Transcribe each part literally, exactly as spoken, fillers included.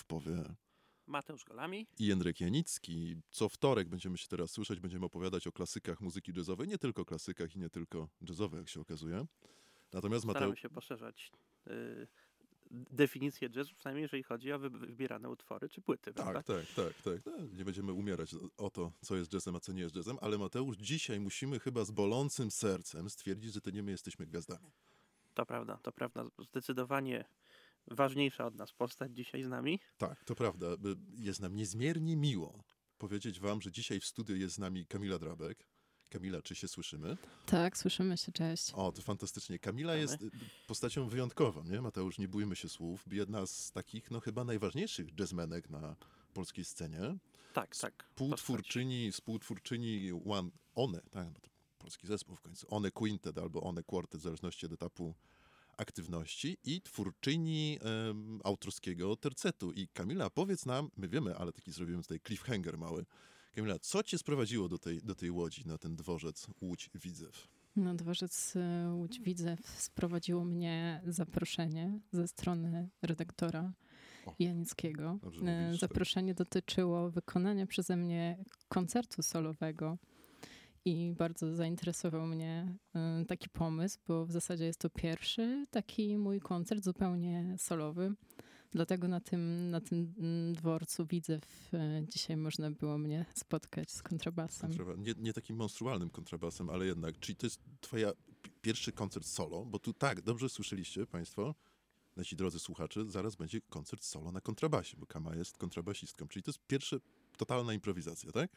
powie Mateusz Golami i Jędrek Janicki. Co wtorek będziemy się teraz słyszeć, będziemy opowiadać o klasykach muzyki jazzowej, nie tylko klasykach i nie tylko jazzowej, jak się okazuje. Natomiast staramy Mateusz... się poszerzać y, definicję jazzu, przynajmniej jeżeli chodzi o wy, wybierane utwory czy płyty, Tak, prawda? tak, tak, tak. No, nie będziemy umierać o to, co jest jazzem, a co nie jest jazzem, ale Mateusz, dzisiaj musimy chyba z bolącym sercem stwierdzić, że to nie my jesteśmy gwiazdami. To prawda, to prawda. Zdecydowanie ważniejsza od nas postać dzisiaj z nami. Tak, to prawda. Jest nam niezmiernie miło powiedzieć wam, że dzisiaj w studiu jest z nami Kamila Drabek. Kamila, czy się słyszymy? Tak, słyszymy się, cześć. O, to fantastycznie. Kamila Witamy. jest postacią wyjątkową, nie? Mateusz, nie bójmy się słów. Jedna z takich, no chyba najważniejszych jazzmenek na polskiej scenie. Tak, tak. Współtwórczyni, współtwórczyni One, One, tak, bo to polski zespół w końcu, One Quintet albo One Quartet, w zależności od etapu aktywności, i twórczyni um, autorskiego tercetu. I Kamila, powiedz nam, my wiemy, ale taki zrobimy tutaj cliffhanger mały. Kamila, co cię sprowadziło do tej, do tej Łodzi, na ten dworzec Łódź-Widzew? Na dworzec Łódź-Widzew sprowadziło mnie zaproszenie ze strony redaktora O, Janickiego. dobrze mówisz, Zaproszenie tak. dotyczyło wykonania przeze mnie koncertu solowego i bardzo zainteresował mnie taki pomysł, bo w zasadzie jest to pierwszy taki mój koncert zupełnie solowy. Dlatego na tym, na tym dworcu Widzew dzisiaj można było mnie spotkać z kontrabasem. Kontraba- nie, nie takim monstrualnym kontrabasem, ale jednak. Czyli to jest twoja p- pierwszy koncert solo? Bo tu tak, dobrze słyszeliście państwo, nasi drodzy słuchacze, zaraz będzie koncert solo na kontrabasie, bo Kama jest kontrabasistką. Czyli to jest pierwsza totalna improwizacja, tak?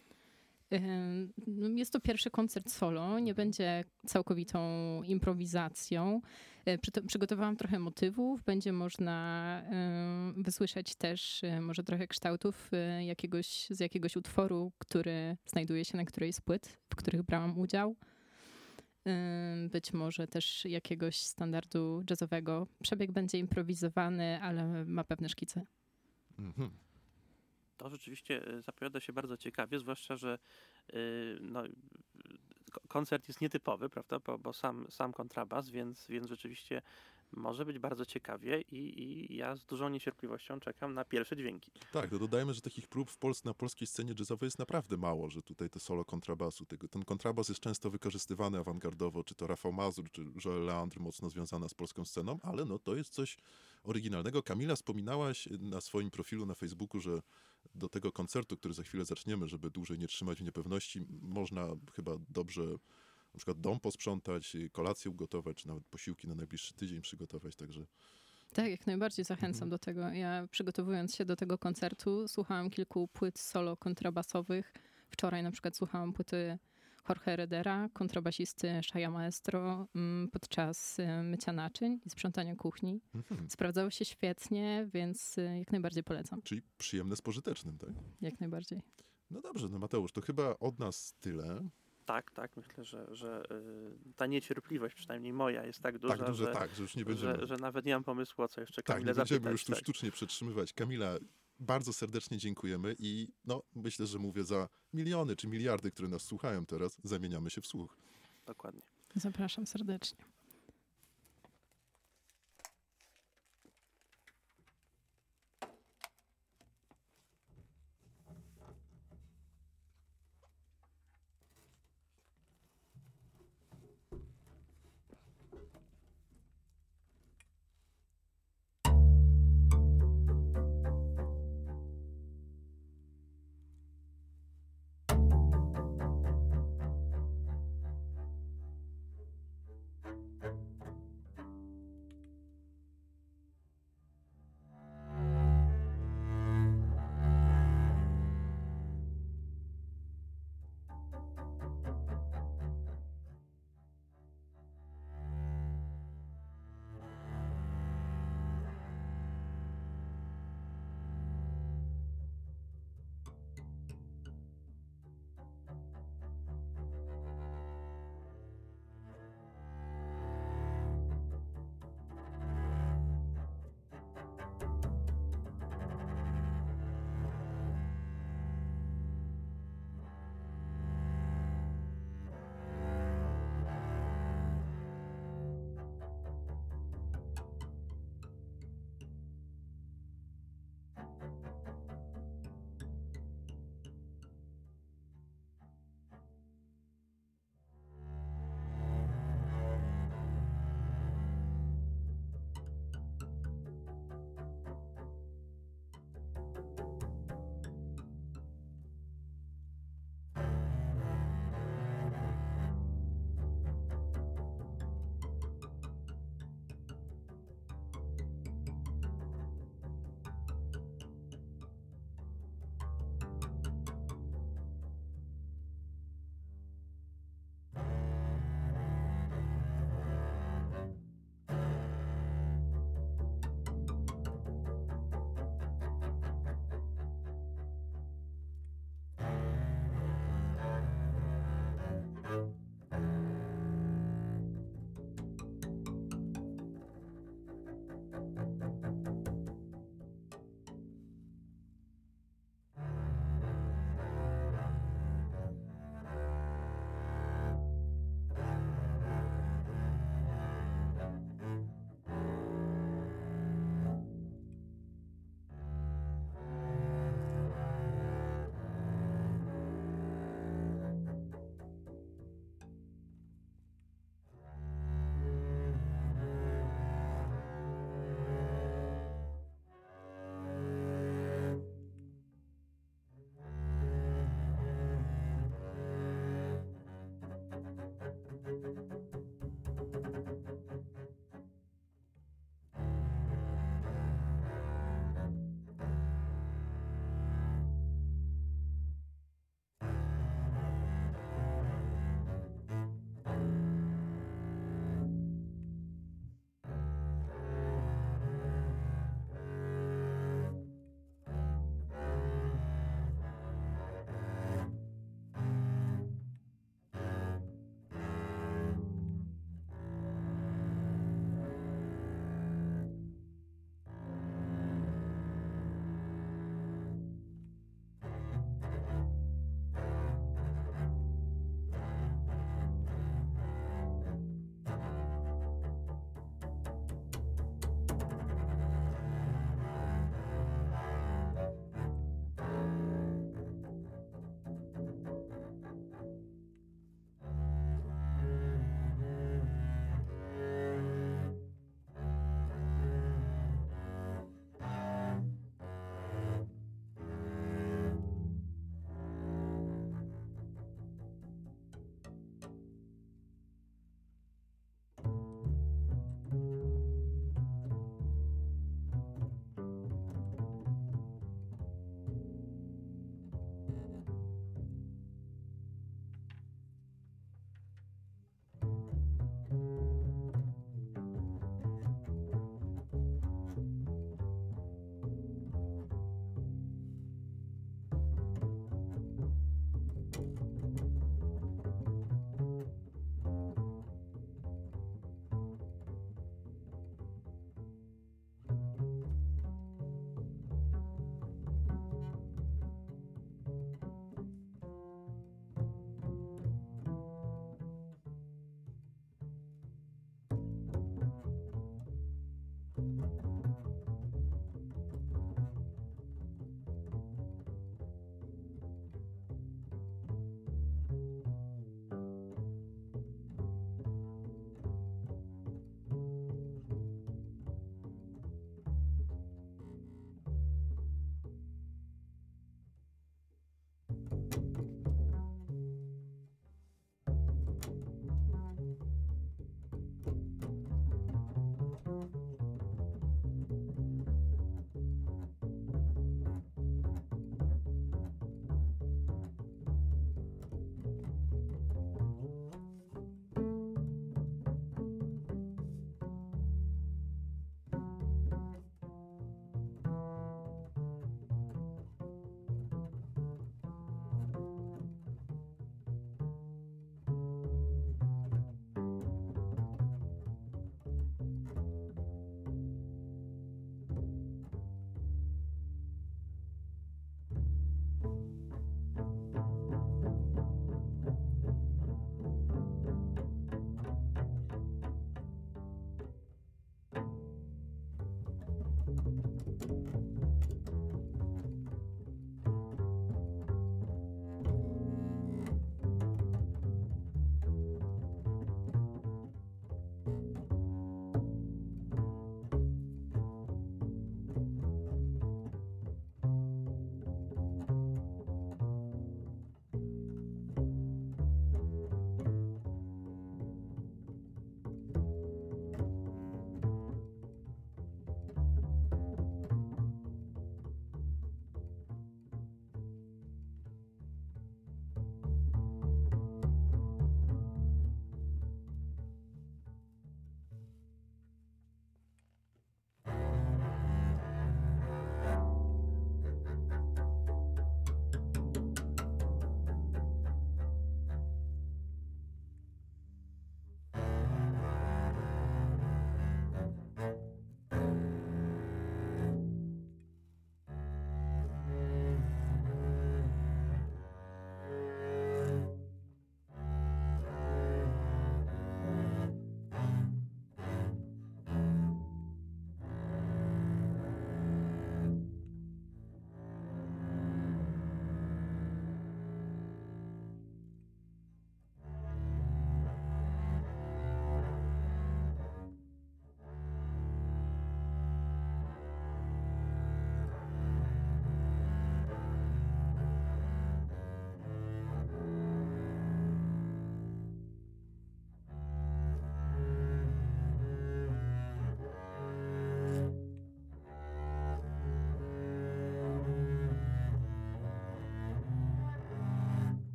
Jest to pierwszy koncert solo, nie będzie całkowitą improwizacją. Przygotowałam trochę motywów, będzie można wysłyszeć też może trochę kształtów jakiegoś, z jakiegoś utworu, który znajduje się na którejś z płyt, w których brałam udział. Być może też jakiegoś standardu jazzowego. Przebieg będzie improwizowany, ale ma pewne szkice. Mhm. To rzeczywiście zapowiada się bardzo ciekawie, zwłaszcza, że no, koncert jest nietypowy, prawda, bo, bo sam, sam kontrabas, więc, więc rzeczywiście może być bardzo ciekawie i, i ja z dużą niecierpliwością czekam na pierwsze dźwięki. Tak, to dodajmy, że takich prób w Polsce, na polskiej scenie jazzowej jest naprawdę mało, że tutaj te solo kontrabasu, tego, ten kontrabas jest często wykorzystywany awangardowo, czy to Rafał Mazur, czy Joel Leandr, mocno związana z polską sceną, ale no to jest coś oryginalnego. Kamila, wspominałaś na swoim profilu na Facebooku, że do tego koncertu, który za chwilę zaczniemy, żeby dłużej nie trzymać w niepewności, można chyba dobrze na przykład dom posprzątać, kolację ugotować, czy nawet posiłki na najbliższy tydzień przygotować, także... Tak, jak najbardziej zachęcam Mhm. do tego. Ja przygotowując się do tego koncertu słuchałam kilku płyt solo kontrabasowych. Wczoraj na przykład słuchałam płyty Jorge Heredera, kontrabasisty Shaya Maestro podczas mycia naczyń i sprzątania kuchni. Mhm. Sprawdzało się świetnie, więc jak najbardziej polecam. Czyli przyjemne z pożytecznym, tak? Jak najbardziej. No dobrze, no Mateusz, to chyba od nas tyle. Tak, tak, myślę, że, że y, ta niecierpliwość, przynajmniej moja, jest tak duża, Tak, duże, że, tak, że już nie będziemy... że, że nawet nie mam pomysłu, o co jeszcze Tak, Kamilę nie będziemy zapytać. już tu tak. sztucznie przetrzymywać. Kamila, bardzo serdecznie dziękujemy i no, myślę, że mówię za miliony czy miliardy, które nas słuchają teraz, zamieniamy się w słuch. Dokładnie. Zapraszam serdecznie.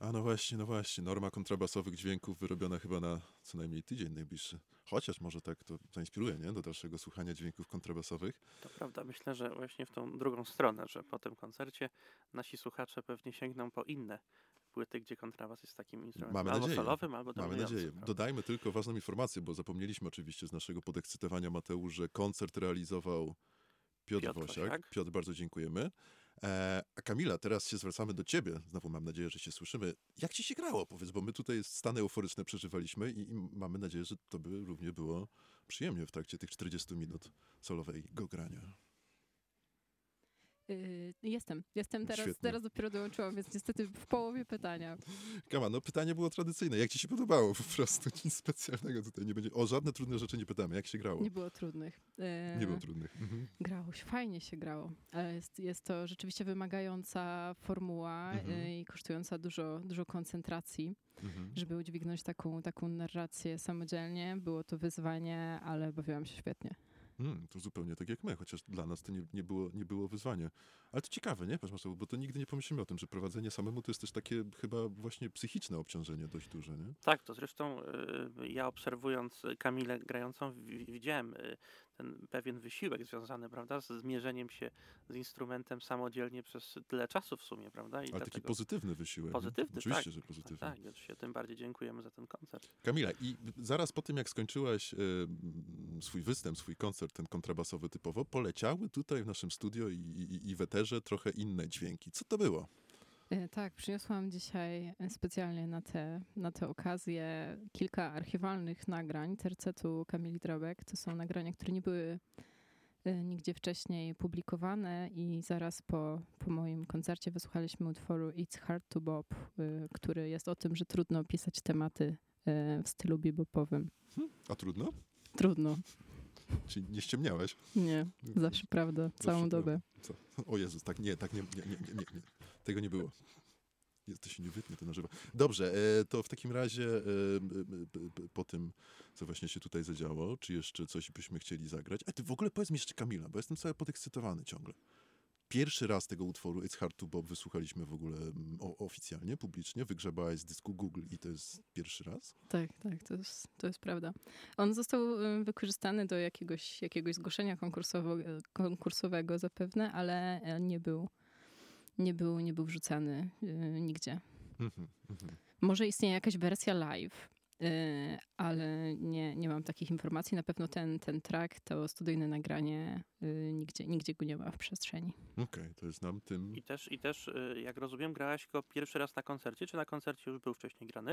A no właśnie, no właśnie. Norma kontrabasowych dźwięków wyrobiona chyba na co najmniej tydzień najbliższy. Chociaż może tak to zainspiruje, nie? Do dalszego słuchania dźwięków kontrabasowych. To prawda, myślę, że właśnie w tą drugą stronę, że po tym koncercie nasi słuchacze pewnie sięgną po inne płyty, gdzie kontrabas jest takim instrumentem Mamy albo nadzieję. solowym, albo Mamy dominującym. nadzieję. prawda? Dodajmy tylko ważną informację, bo zapomnieliśmy oczywiście z naszego podekscytowania, Mateusz, że koncert realizował Piotr, Piotr Wosiak. Wosiak. Piotr, bardzo dziękujemy. E, a Kamila, teraz się zwracamy do ciebie. Znowu mam nadzieję, że się słyszymy. Jak ci się grało? Powiedz, bo my tutaj stany euforyczne przeżywaliśmy i, i mamy nadzieję, że to by równie było przyjemnie w trakcie tych czterdziestu minut solowego grania. Y, Jestem, jestem teraz, Świetnie. teraz dopiero dołączyłam, więc niestety w połowie pytania. Kama, no pytanie było tradycyjne. Jak ci się podobało? Po prostu nic specjalnego tutaj nie będzie. O żadne trudne rzeczy nie pytamy. Jak się grało? Nie było trudnych. Y, Nie było trudnych. Mhm. Grało się, fajnie się grało, ale jest, jest to rzeczywiście wymagająca formuła Mhm. y, i kosztująca dużo, dużo koncentracji, Mhm. żeby udźwignąć taką, taką narrację samodzielnie. Było to wyzwanie, ale bawiłam się świetnie. Mm, to zupełnie tak jak my, chociaż dla nas to nie, nie, było, nie było wyzwanie. Ale to ciekawe, nie? Patrz, Marcelu, bo to nigdy nie pomyślimy o tym, że prowadzenie samemu to jest też takie chyba właśnie psychiczne obciążenie dość duże, nie? Tak, to zresztą y, ja obserwując Kamilę grającą wi- widziałem y, ten pewien wysiłek związany, prawda, z zmierzeniem się z instrumentem samodzielnie przez tyle czasu w sumie, prawda? I Ale taki dlatego pozytywny wysiłek. nie? pozytywny, Oczywiście, tak. że pozytywny. Tak, więc się tym bardziej dziękujemy za ten koncert. Kamila, i zaraz po tym, jak skończyłaś e, swój występ, swój koncert, ten kontrabasowy typowo, poleciały tutaj w naszym studio i, i, i w eterze trochę inne dźwięki. Co to było? Y, Tak, przyniosłam dzisiaj specjalnie na tę na tę okazję kilka archiwalnych nagrań tercetu Kamili Drabek. To są nagrania, które nie były y, nigdzie wcześniej publikowane i zaraz po, po moim koncercie wysłuchaliśmy utworu It's Hard to Bop, y, który jest o tym, że trudno pisać tematy y, w stylu bebopowym. A trudno? Trudno, Czyli nie ściemniałeś? nie, zawsze prawda, całą Zawsze dobę. Co? O Jezus, tak nie, tak nie, nie, nie, nie, nie, nie. Tego nie było. Jest, to się nie wytnie, to na żywo. Dobrze, e, to w takim razie e, e, e, po tym, co właśnie się tutaj zadziało, czy jeszcze coś byśmy chcieli zagrać? A ty w ogóle powiedz mi jeszcze, Kamila, bo jestem cały podekscytowany ciągle. Pierwszy raz tego utworu It's Hard to Bop wysłuchaliśmy w ogóle mm, o, oficjalnie, publicznie. Wygrzebałaś z dysku Google i to jest pierwszy raz. Tak, tak, to jest, to jest prawda. On został y, wykorzystany do jakiegoś, jakiegoś zgłoszenia konkursowego, konkursowego zapewne, ale e, nie był, nie był, nie był wrzucany y, nigdzie. Mhm, mhm. Może istnieje jakaś wersja live, y, ale nie, nie mam takich informacji. Na pewno ten, ten track, to studyjne nagranie, y, nigdzie, nigdzie go nie ma w przestrzeni. Okej, to jest nam tym... I też, i też y, jak rozumiem, grałaś go pierwszy raz na koncercie, czy na koncercie już był wcześniej grany?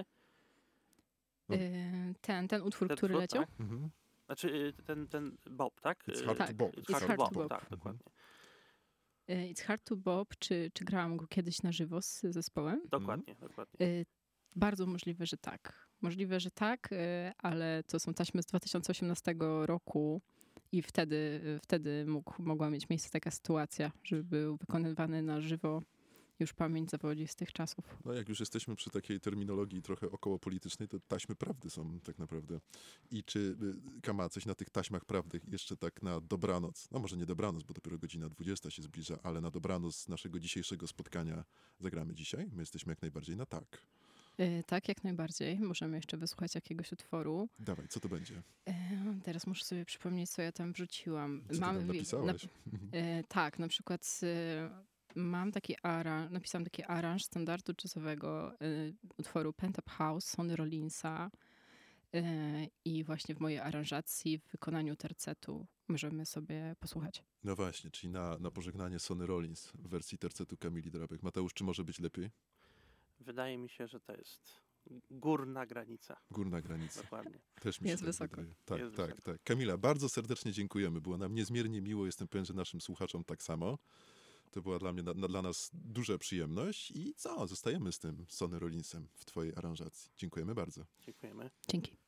No. Y, ten, ten utwór, Ten który utwór, leciał? tak? Mhm. Znaczy y, ten, ten Bob, tak? It's Y, hard Tak, to bop. It's hard, to Bop, tak, Mhm. dokładnie. Y, It's Hard to Bop, czy, czy grałam go kiedyś na żywo z zespołem? Dokładnie, dokładnie. Y, Bardzo możliwe, że tak. Możliwe, że tak, y, ale to są taśmy z dwa tysiące osiemnastego roku i wtedy, y, wtedy mógł, mogła mieć miejsce taka sytuacja, żeby był wykonywany na żywo. Już pamięć zawodzi z tych czasów. No jak już jesteśmy przy takiej terminologii trochę około politycznej, to taśmy prawdy są tak naprawdę. I czy y, Kama, coś na tych taśmach prawdy jeszcze tak na dobranoc, no może nie dobranoc, bo dopiero godzina dwudziesta się zbliża, ale na dobranoc naszego dzisiejszego spotkania zagramy dzisiaj? My jesteśmy jak najbardziej na tak. Y, Tak, jak najbardziej. Możemy jeszcze wysłuchać jakiegoś utworu. Dawaj, co to będzie? Y, Teraz muszę sobie przypomnieć, co ja tam wrzuciłam. Co ty tam wi- napisałaś? Na, y, tak, na przykład y, mam taki aranż, napisałam taki aranż standardu jazzowego y, utworu Pent-Up House Sonny Rollinsa y, i właśnie w mojej aranżacji w wykonaniu tercetu możemy sobie posłuchać. No właśnie, czyli na, na pożegnanie Sonny Rollins w wersji tercetu Kamili Drabek. Mateusz, czy może być lepiej? Wydaje mi się, że to jest górna granica. Górna granica. Dokładnie. Też mi się Jest tak wysoko. wydaje. Tak, Jest tak, wysoko. tak. Kamila, bardzo serdecznie dziękujemy. Było nam niezmiernie miło. Jestem pewien, że naszym słuchaczom tak samo. To była dla mnie, na, dla nas duża przyjemność. I co? Zostajemy z tym Sonny Rollinsem w twojej aranżacji. Dziękujemy bardzo. Dziękujemy. Dzięki.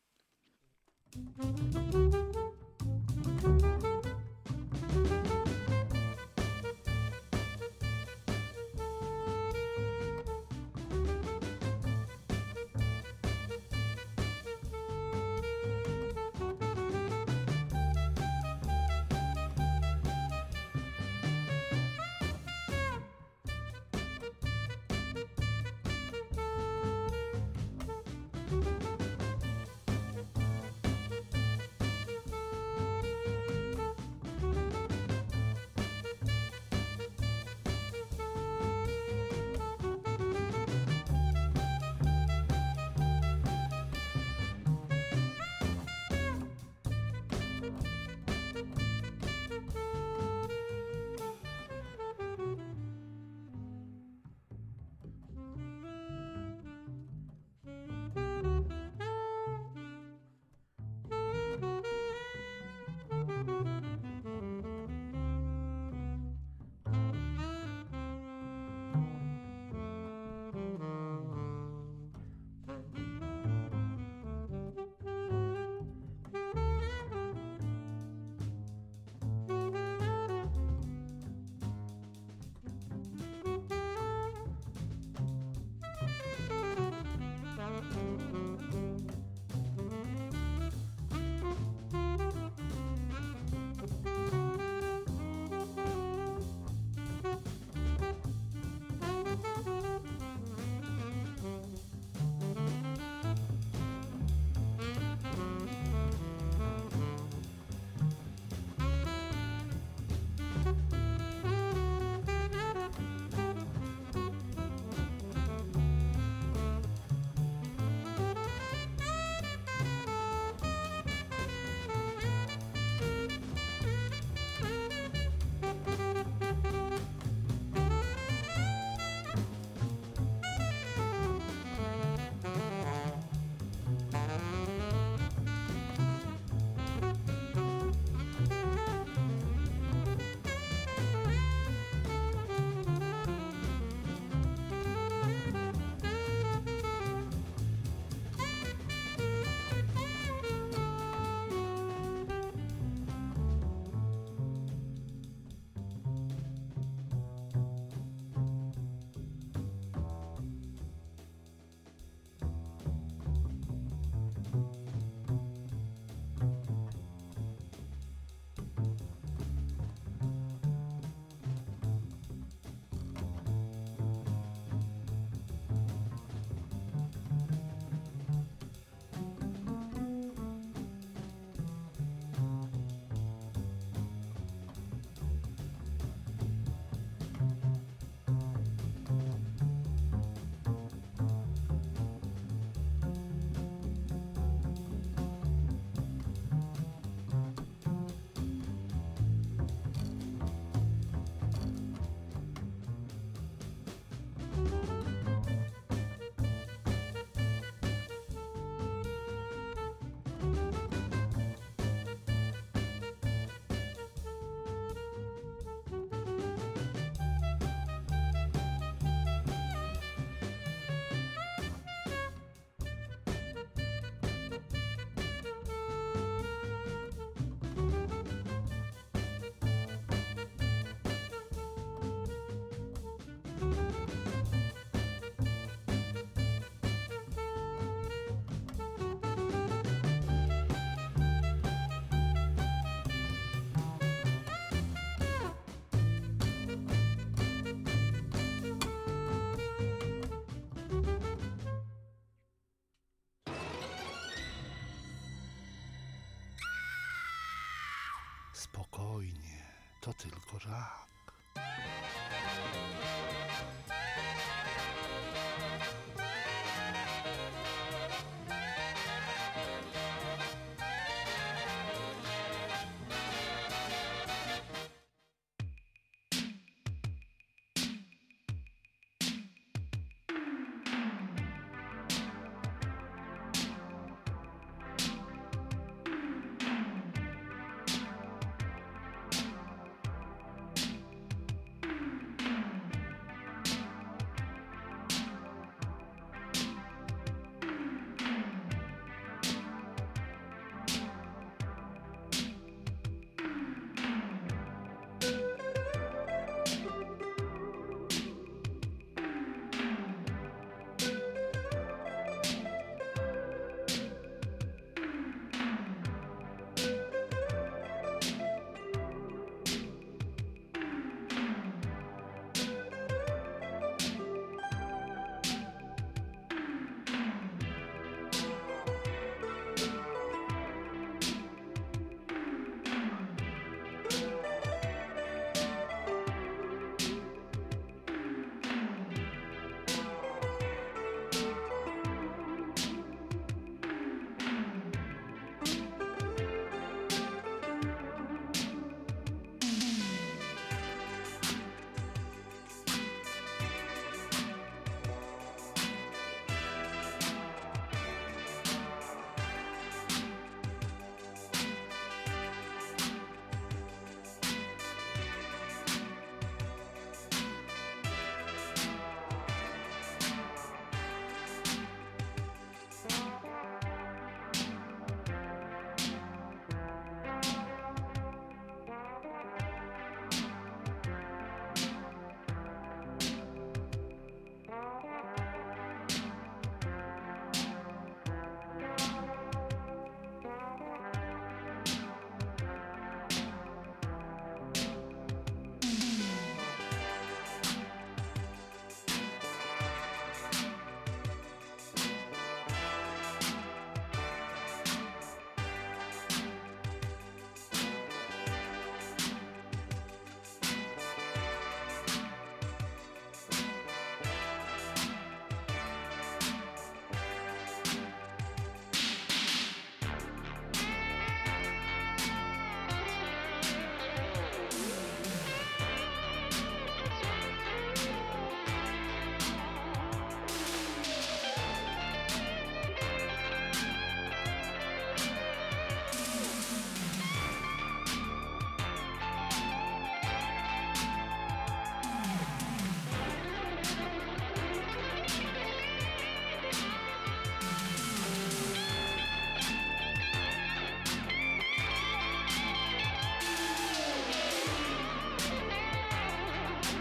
Spokojnie, to tylko żart.